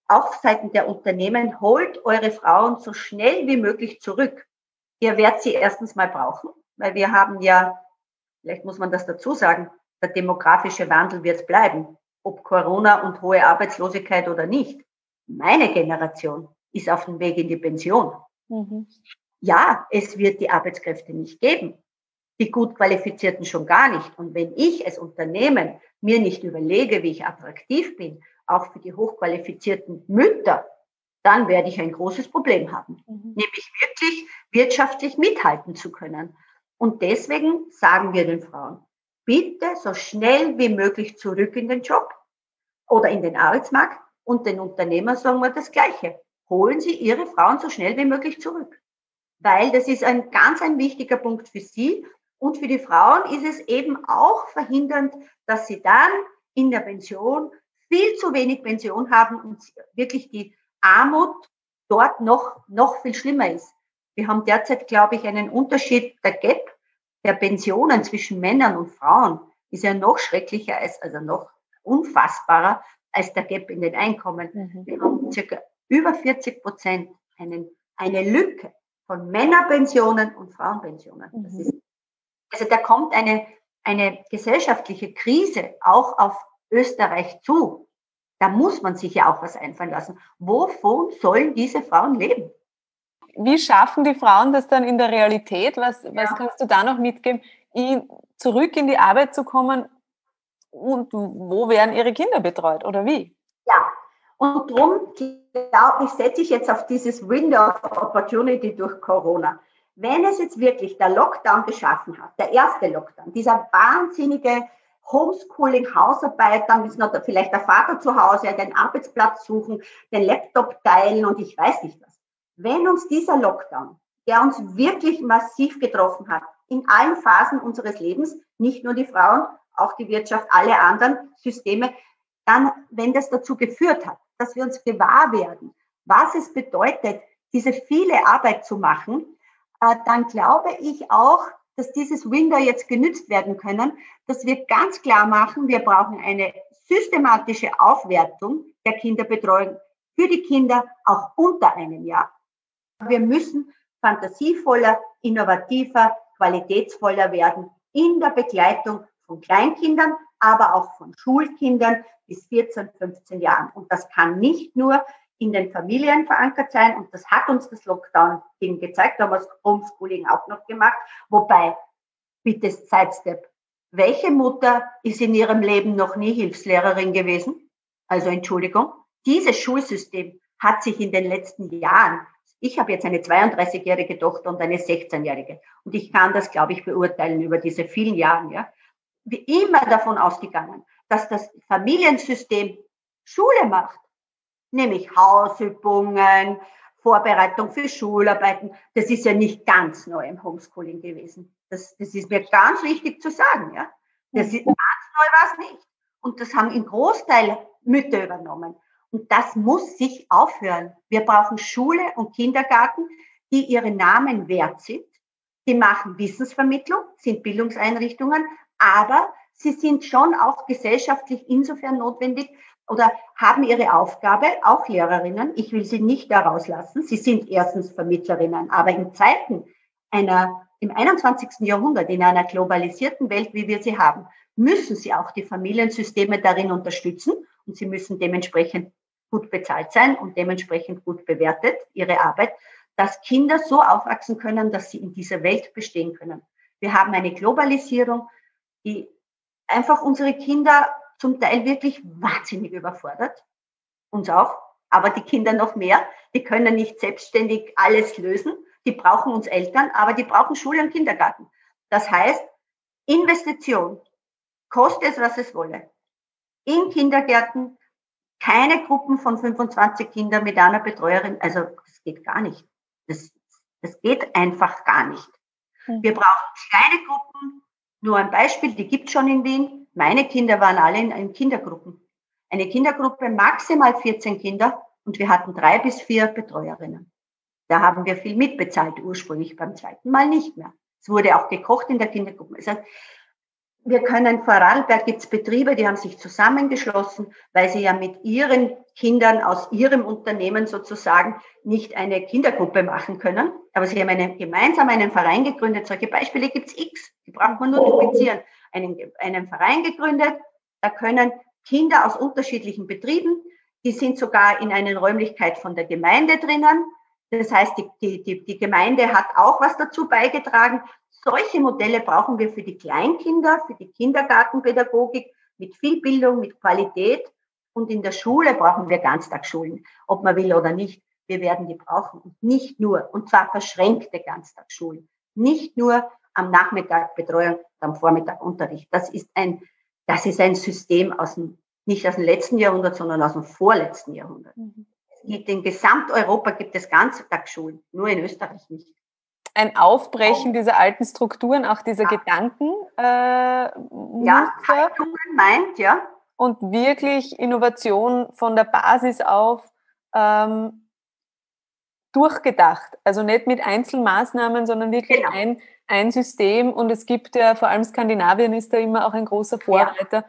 auf Seiten der Unternehmen, holt eure Frauen so schnell wie möglich zurück. Ihr werdet sie erstens mal brauchen, weil wir haben ja, vielleicht muss man das dazu sagen, der demografische Wandel wird bleiben, ob Corona und hohe Arbeitslosigkeit oder nicht. Meine Generation ist auf dem Weg in die Pension. Mhm. Ja, es wird die Arbeitskräfte nicht geben, die gut Qualifizierten schon gar nicht. Und wenn ich als Unternehmen mir nicht überlege, wie ich attraktiv bin, auch für die hochqualifizierten Mütter, dann werde ich ein großes Problem haben, mhm. nämlich wirklich wirtschaftlich mithalten zu können. Und deswegen sagen wir den Frauen, bitte so schnell wie möglich zurück in den Job oder in den Arbeitsmarkt, und den Unternehmern sagen wir das Gleiche. Holen Sie Ihre Frauen so schnell wie möglich zurück. Weil das ist ein ganz ein wichtiger Punkt für Sie. Und für die Frauen ist es eben auch verhindernd, dass sie dann in der Pension viel zu wenig Pension haben und wirklich die Armut dort noch, noch viel schlimmer ist. Wir haben derzeit, glaube ich, einen Unterschied, der Gap der Pensionen zwischen Männern und Frauen ist ja noch schrecklicher, als, also noch unfassbarer als der Gap in den Einkommen. Mhm. Wir haben circa über vierzig Prozent einen, eine Lücke von Männerpensionen und Frauenpensionen. Mhm. Das ist, also da kommt eine, eine gesellschaftliche Krise auch auf Österreich zu. Da muss man sich ja auch was einfallen lassen. Wovon sollen diese Frauen leben? Wie schaffen die Frauen das dann in der Realität? Was, ja. was kannst du da noch mitgeben, zurück in die Arbeit zu kommen? Und wo werden ihre Kinder betreut oder wie? Ja, und darum glaube ich, setze ich jetzt auf dieses Window of Opportunity durch Corona. Wenn es jetzt wirklich der Lockdown geschaffen hat, der erste Lockdown, dieser wahnsinnige Homeschooling, Hausarbeit, dann ist noch vielleicht der Vater zu Hause, den Arbeitsplatz suchen, den Laptop teilen und ich weiß nicht was. Wenn uns dieser Lockdown, der uns wirklich massiv getroffen hat, in allen Phasen unseres Lebens, nicht nur die Frauen, auch die Wirtschaft, alle anderen Systeme, dann, wenn das dazu geführt hat, dass wir uns gewahr werden, was es bedeutet, diese viele Arbeit zu machen, äh, dann glaube ich auch, dass dieses Window jetzt genützt werden können, dass wir ganz klar machen, wir brauchen eine systematische Aufwertung der Kinderbetreuung für die Kinder auch unter einem Jahr. Wir müssen fantasievoller, innovativer, qualitätsvoller werden in der Begleitung von Kleinkindern, aber auch von Schulkindern bis vierzehn, fünfzehn Jahren. Und das kann nicht nur in den Familien verankert sein. Und das hat uns das Lockdown-Ding gezeigt. Da haben wir das Homeschooling auch noch gemacht. Wobei, bitte Sidestep, welche Mutter ist in ihrem Leben noch nie Hilfslehrerin gewesen? Also Entschuldigung. Dieses Schulsystem hat sich in den letzten Jahren, ich habe jetzt eine zweiunddreißigjährige Tochter und eine sechzehnjährige. Und ich kann das, glaube ich, beurteilen über diese vielen Jahre, ja. Wie immer davon ausgegangen, dass das Familiensystem Schule macht, nämlich Hausübungen, Vorbereitung für Schularbeiten. Das ist ja nicht ganz neu im Homeschooling gewesen. Das, das ist mir ganz wichtig zu sagen. Ja? Das ist, ganz neu war es nicht. Und das haben im Großteil Mütter übernommen. Und das muss sich aufhören. Wir brauchen Schule und Kindergarten, die ihre Namen wert sind. Die machen Wissensvermittlung, sind Bildungseinrichtungen, aber sie sind schon auch gesellschaftlich insofern notwendig oder haben ihre Aufgabe, auch Lehrerinnen, ich will sie nicht da rauslassen, sie sind erstens Vermittlerinnen, aber in Zeiten einer, im einundzwanzigsten Jahrhundert, in einer globalisierten Welt, wie wir sie haben, müssen sie auch die Familiensysteme darin unterstützen und sie müssen dementsprechend gut bezahlt sein und dementsprechend gut bewertet, ihre Arbeit, dass Kinder so aufwachsen können, dass sie in dieser Welt bestehen können. Wir haben eine Globalisierung, die einfach unsere Kinder zum Teil wirklich wahnsinnig überfordert. Uns auch, aber die Kinder noch mehr. Die können nicht selbstständig alles lösen. Die brauchen uns Eltern, aber die brauchen Schule und Kindergarten. Das heißt, Investition, koste es, was es wolle. In Kindergärten keine Gruppen von fünfundzwanzig Kindern mit einer Betreuerin. Also das geht gar nicht. Das, das geht einfach gar nicht. Wir brauchen kleine Gruppen. Nur ein Beispiel, die gibt es schon in Wien. Meine Kinder waren alle in, in Kindergruppen. Eine Kindergruppe, maximal vierzehn Kinder und wir hatten drei bis vier Betreuerinnen. Da haben wir viel mitbezahlt, ursprünglich beim zweiten Mal nicht mehr. Es wurde auch gekocht in der Kindergruppe. Das heißt, wir können, Vorarlberg gibt es Betriebe, die haben sich zusammengeschlossen, weil sie ja mit ihren Kindern aus ihrem Unternehmen sozusagen nicht eine Kindergruppe machen können. Aber sie haben einen, gemeinsam einen Verein gegründet. Solche Beispiele gibt es x, die braucht man nur duplizieren. Einen, einen Verein gegründet, da können Kinder aus unterschiedlichen Betrieben, die sind sogar in einer Räumlichkeit von der Gemeinde drinnen. Das heißt, die, die, die Gemeinde hat auch was dazu beigetragen. Solche Modelle brauchen wir für die Kleinkinder, für die Kindergartenpädagogik mit viel Bildung, mit Qualität. Und in der Schule brauchen wir Ganztagsschulen, ob man will oder nicht. Wir werden die brauchen. Und nicht nur, und zwar verschränkte Ganztagsschulen. Nicht nur am Nachmittag Betreuung, am Vormittag Unterricht. Das ist ein, das ist ein System aus dem, nicht aus dem letzten Jahrhundert, sondern aus dem vorletzten Jahrhundert. Mhm. In Gesamteuropa gibt es Ganztagsschulen, nur in Österreich nicht. Ein Aufbrechen dieser alten Strukturen, auch dieser ja. Gedanken. Äh, ja, Haltungen meint, ja. Und wirklich Innovation von der Basis auf ähm, durchgedacht. Also nicht mit Einzelmaßnahmen, sondern wirklich genau. ein, ein System. Und es gibt ja, vor allem Skandinavien ist da immer auch ein großer Vorreiter, ja.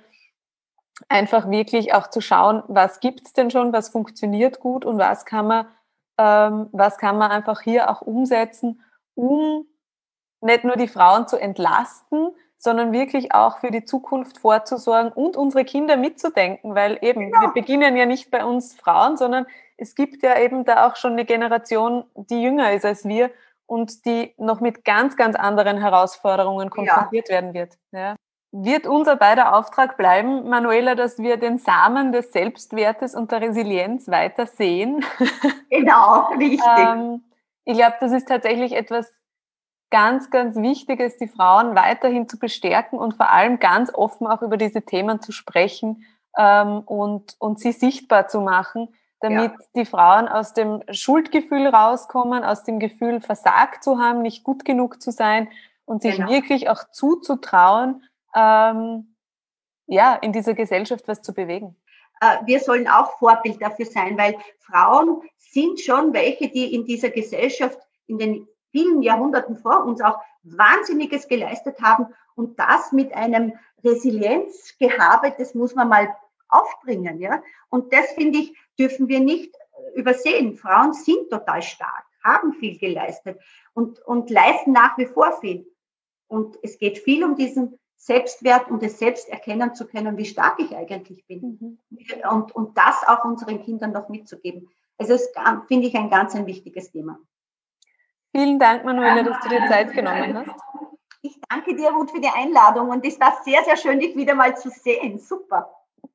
einfach wirklich auch zu schauen, was gibt's denn schon, was funktioniert gut und was kann man, ähm, was kann man einfach hier auch umsetzen, um nicht nur die Frauen zu entlasten, sondern wirklich auch für die Zukunft vorzusorgen und unsere Kinder mitzudenken, weil eben, genau. wir beginnen ja nicht bei uns Frauen, sondern es gibt ja eben da auch schon eine Generation, die jünger ist als wir und die noch mit ganz, ganz anderen Herausforderungen konfrontiert ja. werden wird. Ja. Wird unser beider Auftrag bleiben, Manuela, dass wir den Samen des Selbstwertes und der Resilienz weiter sehen? Genau, richtig. ähm, ich glaube, das ist tatsächlich etwas ganz, ganz Wichtiges, die Frauen weiterhin zu bestärken und vor allem ganz offen auch über diese Themen zu sprechen ähm, und, und sie sichtbar zu machen, damit ja. die Frauen aus dem Schuldgefühl rauskommen, aus dem Gefühl, versagt zu haben, nicht gut genug zu sein und sich genau. wirklich auch zuzutrauen, ähm, ja, in dieser Gesellschaft was zu bewegen. Wir sollen auch Vorbild dafür sein, weil Frauen sind schon welche, die in dieser Gesellschaft in den vielen Jahrhunderten vor uns auch Wahnsinniges geleistet haben und das mit einem Resilienzgehabe, das muss man mal aufbringen, ja. Und das, finde ich, dürfen wir nicht übersehen. Frauen sind total stark, haben viel geleistet und, und leisten nach wie vor viel. Und es geht viel um diesen Selbstwert und es selbst erkennen zu können, wie stark ich eigentlich bin. Mhm. Und, und das auch unseren Kindern noch mitzugeben. Also das finde ich ein ganz ein wichtiges Thema. Vielen Dank, Manuela, dass du dir Zeit genommen hast. Ich danke dir, Ruth, für die Einladung und es war sehr, sehr schön, dich wieder mal zu sehen. Super.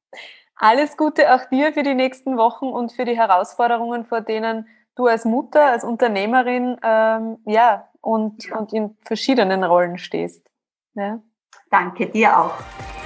Alles Gute auch dir für die nächsten Wochen und für die Herausforderungen, vor denen du als Mutter, als Unternehmerin ähm, ja, und, ja. und in verschiedenen Rollen stehst. Ja. Danke dir auch.